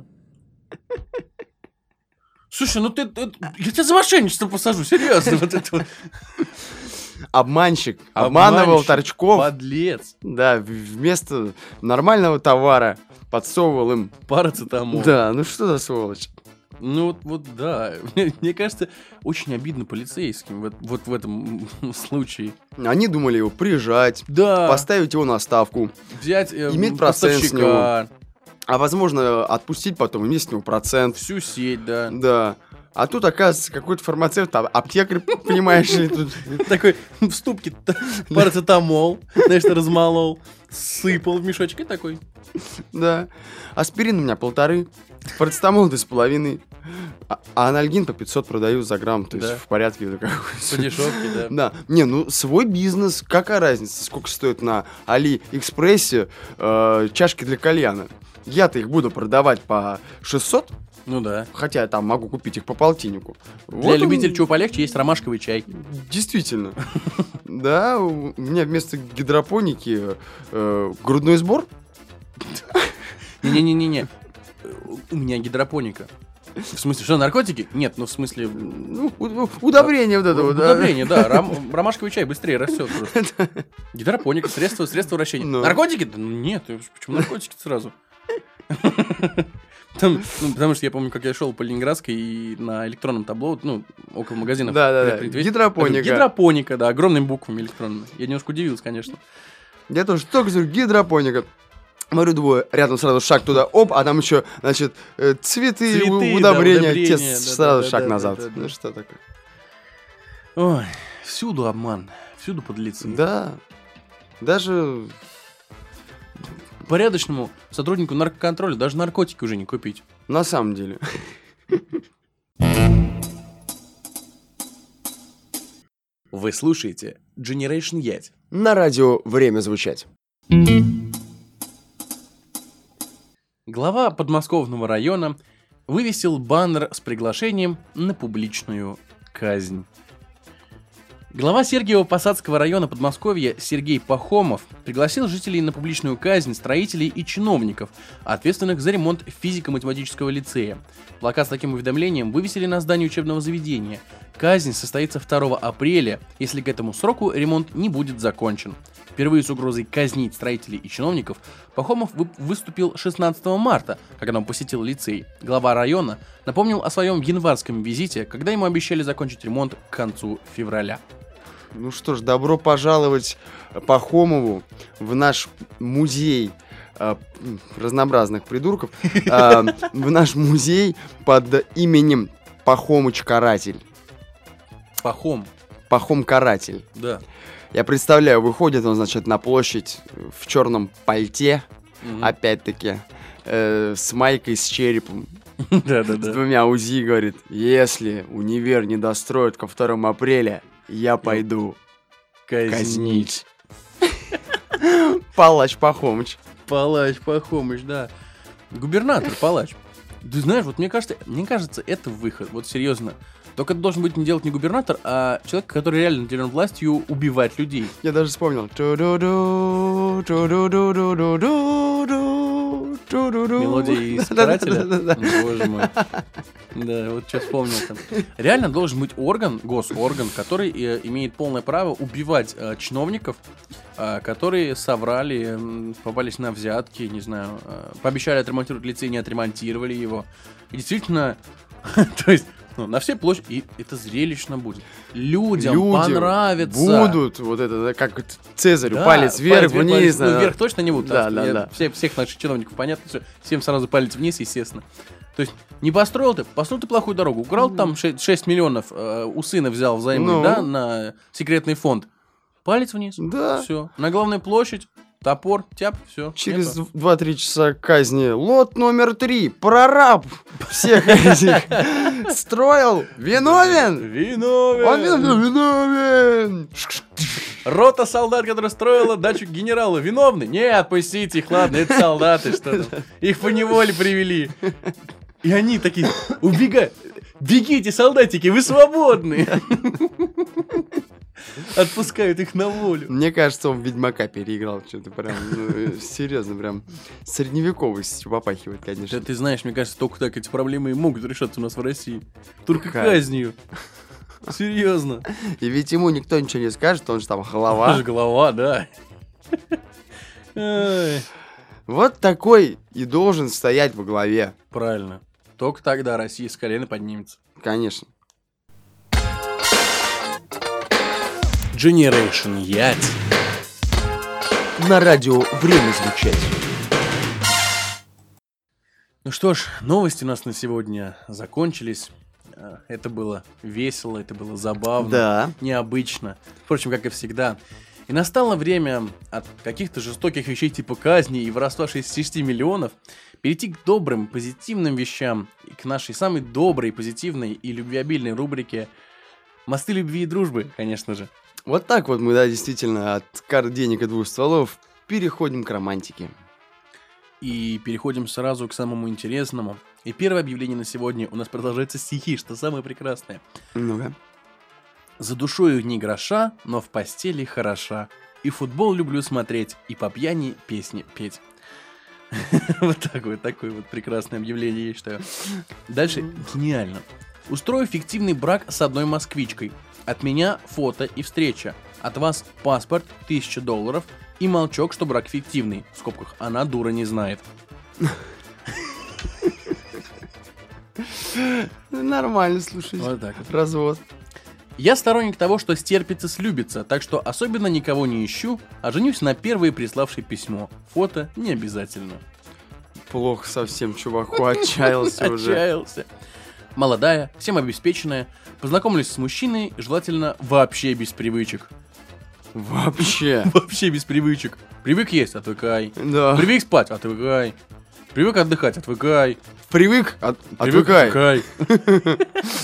Слушай, ну ты, ты- я тебя за мошенничество посажу, серьезно. Вот это вот. Обманщик, обманывал Обманщик, торчков. Подлец. Да, в- вместо нормального товара подсовывал им. Парацетамол. Да, ну что за сволочь. Ну вот, вот да. Мне, мне кажется, очень обидно полицейским вот, вот в этом случае. Они думали его прижать, Да. поставить его на ставку, Взять э, иметь процент с поставщика, а возможно отпустить потом, иметь с него процент. всю сеть, да. Да. А тут, оказывается, какой-то фармацевт, а- аптекарь, понимаешь ли, тут. Такой в ступке т- парацетамол, знаешь, размолол, сыпал в мешочек и такой. Да. Аспирин у меня полторы, парацетамол два с половиной, а а анальгин по пятьсот продаю за грамм, то есть Да. в порядке. да, как- По дешевке, да. Да, не, ну свой бизнес, какая разница, сколько стоит на Алиэкспрессе э, чашки для кальяна. Я-то их буду продавать по шестьсот, Ну да. хотя я там могу купить их по полтиннику. Для Вот он, любителей чего полегче есть ромашковый чай. Действительно. Да, у меня вместо гидропоники э, грудной сбор. Не-не-не-не. У меня гидропоника. В смысле, что, наркотики? Нет, ну в смысле... Ну, у- у- удобрение вот этого, да. Удобрение, да. Ром- ромашковый чай быстрее растет просто. Гидропоника, средство, средство вращения. Ну. Наркотики? Да ну нет, почему наркотики сразу? Там, ну, потому что я помню, как я шел по Ленинградской и на электронном табло, ну, около магазинов. Да-да-да, предприятий, гидропоника. Гидропоника, да, огромными буквами электронными. Я немножко удивился, конечно. Я тоже только говорю, гидропоника. Смотрю, двое, рядом сразу шаг туда, оп, а там еще, значит, э, цветы, Цветы, у- да, удобрения, удобрения, те да, сразу да, шаг да, назад. да, да, да. Ну что такое? Ой, всюду обман, всюду подлецы. Да, даже, Порядочному сотруднику наркоконтроля даже наркотики уже не купить. на самом деле. Вы слушаете Generation Ять. На радио время звучать. Глава подмосковного района вывесил баннер с приглашением на публичную казнь. Глава Сергиево-Посадского района Подмосковья Сергей Пахомов пригласил жителей на публичную казнь строителей и чиновников, ответственных за ремонт физико-математического лицея. Плакат с таким уведомлением вывесили на здании учебного заведения. Казнь состоится второго апреля, если к этому сроку ремонт не будет закончен. Впервые с угрозой казнить строителей и чиновников Пахомов вы- выступил шестнадцатого марта, когда он посетил лицей. Глава района напомнил о своем январском визите, когда ему обещали закончить ремонт к концу февраля. Ну что ж, добро пожаловать Пахомову в наш музей э, м, разнообразных придурков, э, в наш музей под именем Пахомыч-каратель. Пахом, Пахом-каратель. да. Я представляю, выходит он, значит, на площадь в черном пальте, Мгм. опять-таки, э, с майкой с черепом, с Да-да-да. двумя УЗИ, говорит, если универ не достроят ко второму апреля, я пойду казнить. Палач Пахомыч. Палач, Пахомыч, да. Губернатор, палач. Ты знаешь, вот мне кажется, мне кажется, это выход, вот серьезно. Только это должен быть не делать не губернатор, а человек, который реально наделен властью убивать людей. Я даже вспомнил. Ту-ду-ду, ту-ду-ду-ду-ду-ду-ду, Мелодия из «Карателя». Боже мой. Да, вот что вспомнил-то. Реально должен быть орган, госорган, который э, имеет полное право убивать э, чиновников, э, которые соврали, э, попались на взятки, не знаю, э, пообещали отремонтировать лицей, не отремонтировали его. И действительно, то есть, ну, на всей площади, и это зрелищно будет. Людям, Люди понравится. будут, вот это, да, как Цезарю, Да, палец вверх, палец вниз. палец, ну, да. вверх точно не будут. Да, потому да, что я- да. все- всех наших чиновников понятно, всё, всем сразу палец вниз, естественно. То есть не построил ты, построил ты плохую дорогу, украл там шесть миллионов, э, у сына взял взаймы, Ну. да, на секретный фонд. Палец вниз. Да. Все. На главную площадь, топор, тяп, все. Через два-три часа казни. Лот номер три. Прораб всех этих строил. Виновен. Виновен. Он виновен. Виновен. Рота солдат, которая строила дачу генералу, виновны? Не, отпустите их, ладно, это солдаты, что там. Их по неволе привели. И они такие, убегай, бегите, солдатики, вы свободны. Отпускают их на волю. Мне кажется, он Ведьмака переиграл. Что-то прям, ну, серьезно, прям средневековостью попахивает, конечно. Да ты знаешь, мне кажется, только так эти проблемы и могут решаться у нас в России. Только Как? казнью. Серьезно. И ведь ему никто ничего не скажет, он же там Аж голова. голова, да. Ай, Вот такой и должен стоять во главе. правильно. Только тогда Россия с колена поднимется. Конечно. Generation Ять. На радио время звучать. Ну что ж, новости у нас на сегодня закончились. Э, Это было весело, это было забавно, Да. необычно. Впрочем, как и всегда. И настало время от каких-то жестоких вещей типа казни и воровства шестидесяти миллионов перейти к добрым, позитивным вещам и к нашей самой доброй, позитивной и любвеобильной рубрике «Мосты любви и дружбы», конечно же. Вот так вот мы, да, действительно, от карт денег и двух стволов переходим к романтике. И переходим сразу к самому интересному. И первое объявление на сегодня у нас продолжается стихи, что самое прекрасное. Ну-ка. За душою ни гроша, но в постели хороша. И футбол люблю смотреть, и по пьяни песни петь. Вот такое, такое вот прекрасное объявление, я считаю. Дальше гениально. Устрою фиктивный брак с одной москвичкой. От меня фото и встреча. От вас паспорт, тысяча долларов и молчок, что брак фиктивный. В скобках, она дура не знает. Нормально, слушай. Вот так вот. Развод. Я сторонник того, что стерпится слюбится, так что особенно никого не ищу, а женюсь на первой приславшей письмо. Фото не обязательно. Плохо совсем чуваку, отчаялся уже. Отчаялся. Молодая, всем обеспеченная, познакомлюсь с мужчиной, желательно вообще без привычек. Вообще. Вообще без привычек. Привык есть, отвыкай. Да. Привык спать, отвыкай. Привык отдыхать, отвыкай. Привык, от- Привык, отвыкай. отвыкай.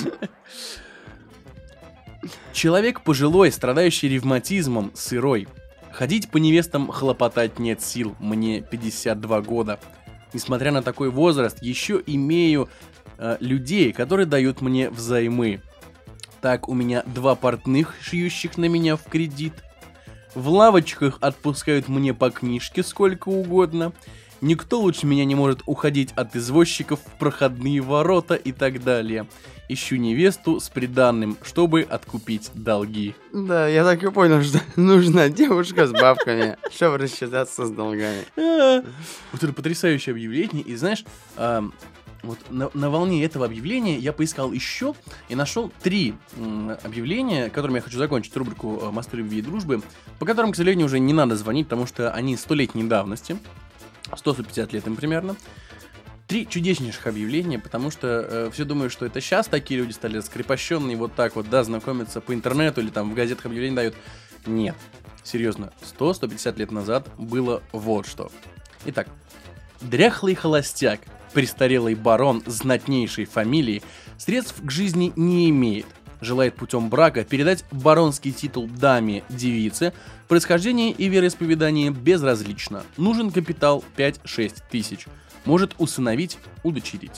Человек пожилой, страдающий ревматизмом, сырой. Ходить по невестам хлопотать нет сил, мне пятьдесят два года. Несмотря на такой возраст, еще имею э, людей, которые дают мне взаймы. Так, у меня два портных, шьющих на меня в кредит. В лавочках отпускают мне по книжке сколько угодно. Никто лучше меня не может уходить от извозчиков в проходные ворота и так далее. Ищу невесту с приданным, чтобы откупить долги. Да, я так и понял, что нужна девушка с бабками, чтобы рассчитаться с долгами. А, Вот это потрясающее объявление. И знаешь, а, вот на, на волне этого объявления я поискал еще и нашел три м, объявления, которыми я хочу закончить рубрику э, «Мосты любви и дружбы», по которым, к сожалению, уже не надо звонить, потому что они столетней давности. сто сто пятьдесят лет им примерно. Три чудеснейших объявления, потому что э, все думают, что это сейчас такие люди стали раскрепощенные, вот так вот, да, знакомятся по интернету или там в газетах объявления дают. Нет, серьезно, сто - сто пятьдесят лет назад было вот что. Итак, дряхлый холостяк, престарелый барон знатнейшей фамилии, средств к жизни не имеет. Желает путем брака передать баронский титул даме-девице, происхождение и вероисповедание безразлично. Нужен капитал пять-шесть тысяч. Может усыновить, удочерить.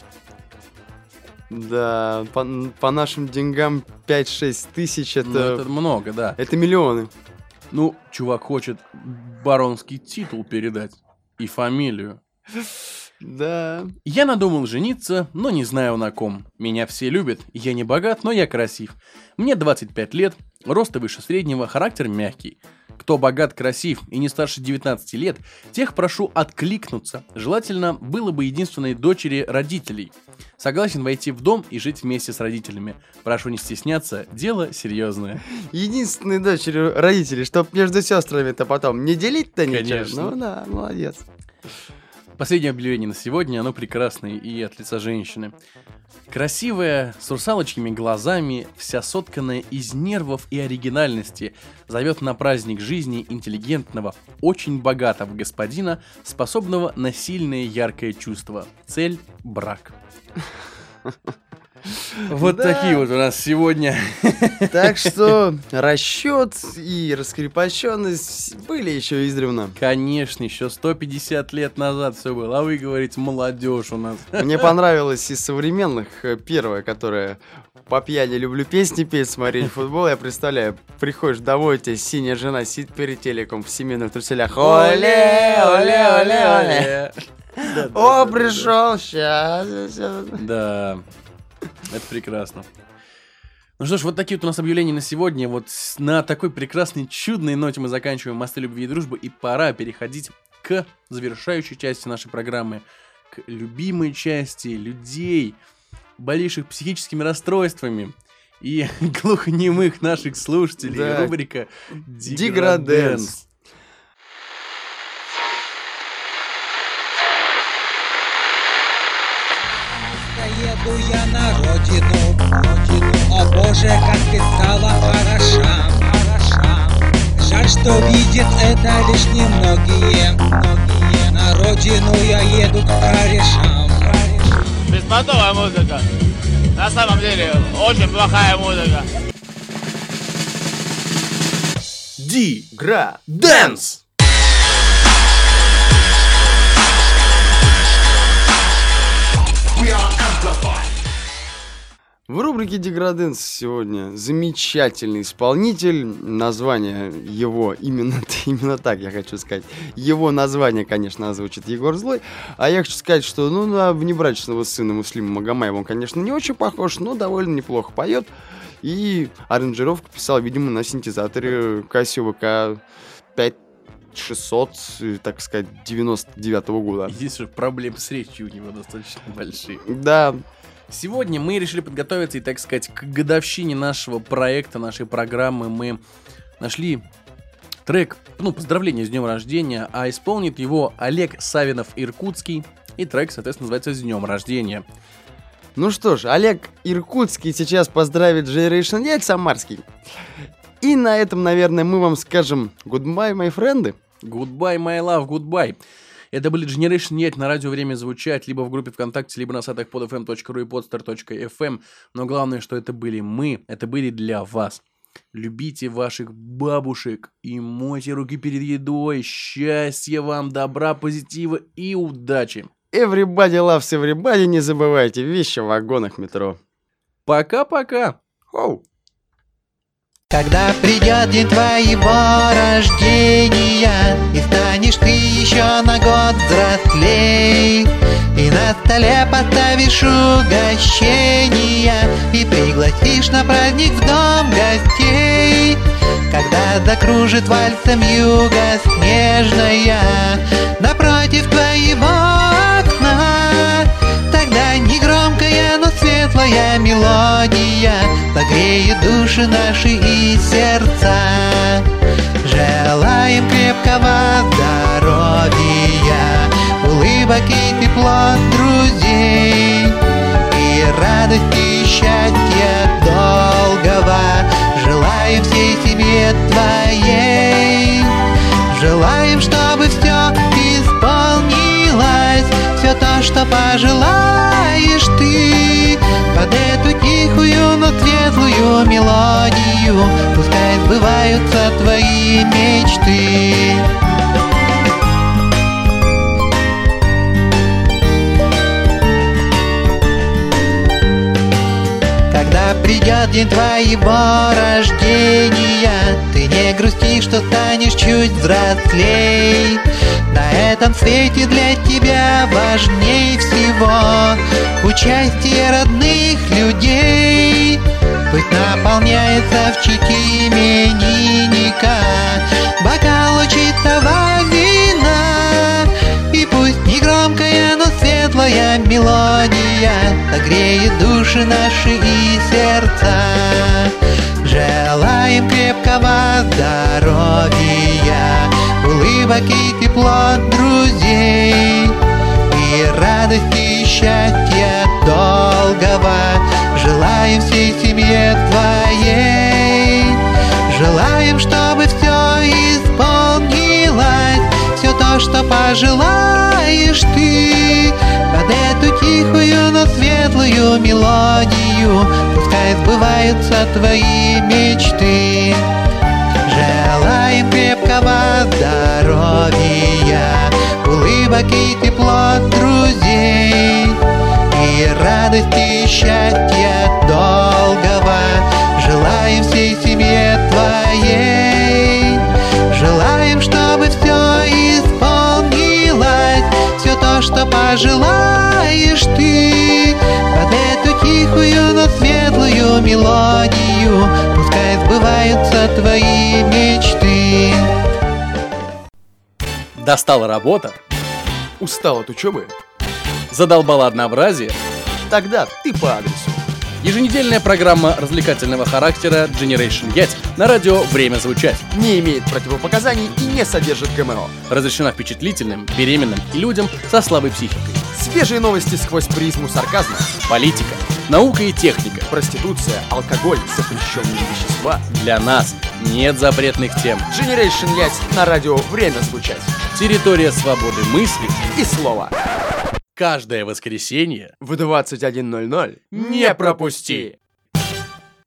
Да, по, по нашим деньгам пять-шесть тысяч это... Ну, это много, да. это миллионы. Ну, чувак хочет баронский титул передать и фамилию. Да. Я надумал жениться, но не знаю на ком. Меня все любят, я не богат, но я красив. Мне двадцать пять лет, роста выше среднего, характер мягкий. Кто богат, красив и не старше девятнадцати лет, тех прошу откликнуться. Желательно было бы единственной дочери родителей. Согласен войти в дом и жить вместе с родителями. Прошу не стесняться, дело серьезное. Единственной дочерью родителей, чтоб между сестрами-то потом не делить-то ничего. Конечно. Ну да, молодец. Последнее объявление на сегодня, оно прекрасное и от лица женщины. Красивая, с русалочными глазами, вся сотканная из нервов и оригинальности, зовет на праздник жизни интеллигентного, очень богатого господина, способного на сильное яркое чувство. Цель – брак. Вот Да. такие вот у нас сегодня. Так что расчет и раскрепощенность были еще издревно. Конечно, еще сто пятьдесят лет назад все было, а вы говорите, молодежь у нас. Мне понравилось из современных э, первое, которое по пьяни люблю песни петь, смотреть футбол. Я представляю, приходишь домой, у тебя синяя жена сидит перед телеком в семейных труселях. Оле, оле, оле, оле. О, пришел, сейчас. Да, это прекрасно. Ну что ж, вот такие вот у нас объявления на сегодня. Вот с- на такой прекрасной, чудной ноте мы заканчиваем «Мосты любви и дружбы», и пора переходить к завершающей части нашей программы, к любимой части людей, болевших психическими расстройствами и глухонемых наших слушателей. Да. Рубрика Деграденс. «Деграденс». Еду я на родину, о боже, как ты стала хороша, хороша. Жаль, что видят это лишь немногие, многие. На родину я еду к корешам. Беспонтовая музыка. На самом деле, очень плохая музыка. Деграденс. В рубрике «Деграденс» сегодня замечательный исполнитель. Название его именно, именно так я хочу сказать. Его название, конечно, озвучит Егор Злой. А я хочу сказать, что ну, на внебрачного сына Муслима Магомаева он, конечно, не очень похож, но довольно неплохо поет. И аранжировку писал, видимо, на синтезаторе Casio ви кей пять шестьсот, так сказать, девяносто девятого года. Единственное, проблемы с речью у него достаточно большие. Да, Сегодня мы решили подготовиться и, так сказать, к годовщине нашего проекта, нашей программы. Мы нашли трек, ну, поздравления с днем рождения, а исполнит его Олег Савинов-Иркутский. И трек, соответственно, называется «С днем рождения». ну что ж, Олег Иркутский сейчас поздравит Generation X Самарский. И на этом, наверное, мы вам скажем goodbye, my friends. Goodbye, my love, goodbye. Это были Generation Yacht на радио «Время звучать», либо в группе ВКонтакте, либо на сайтах под эф эм точка ру и подстар точка эф эм. Но главное, что это были мы, это были для вас. Любите ваших бабушек и мойте руки перед едой. Счастья вам, добра, позитива и удачи. Everybody loves everybody, не забывайте, вещи в вагонах метро. Пока-пока. Оу. Когда придет день твоего рождения, и станешь ты еще на год взрослей, и на столе поставишь угощения, и пригласишь на праздник в дом гостей. Когда закружит вальсом юга снежная напротив твоего окна, тогда негромкая, но светлая мелодия согреет души наши и сердца. Желаем крепкого здоровья, улыбок и тепло друзей, и радости и счастья долгого желаем всей семье твоей. Желаем, чтобы все исполнилось, все то, что пожелаешь ты. Под эту тихую, но светлую мелодию пускай сбываются твои мечты. Когда при придет день твоего рождения, ты не грусти, что станешь чуть взрослей. На этом свете для тебя важней всего участие родных людей. Пусть наполняется в чеке именинника бокал чистого вина, и пусть негромкая, но светлая мелодия согреет души наши и сердца. Желаем крепкого здоровья, улыбок и тепло друзей, и радости и счастья долгого желаем всей семье твоей. Желаем, чтобы все исполнилось, все то, что пожелаешь ты. Под эту тихую, но светлую мелодию пускай сбываются твои мечты. Желаем крепкого здоровья, улыбок и тепло друзей, и радости и счастья долгого желаем всей семье твоей. Желаем, чтобы все исполнилось, все то, что пожелаешь ты. Под эту тихую, но светлую мелодию пускай сбываются твои мечты. Достала работа? Устал от учебы? Задолбало однообразие? Тогда ты по адресу. Еженедельная программа развлекательного характера Generation Yet на радио «Время звучать». Не имеет противопоказаний и не содержит ГМО. Разрешена впечатлительным, беременным и людям со слабой психикой. Свежие новости сквозь призму сарказма. Политика, наука и техника. Проституция, алкоголь, запрещенные вещества. Для нас нет запретных тем. Generation Yet на радио «Время звучать». Территория свободы мысли И слова. каждое воскресенье В двадцать один ноль ноль не пропусти!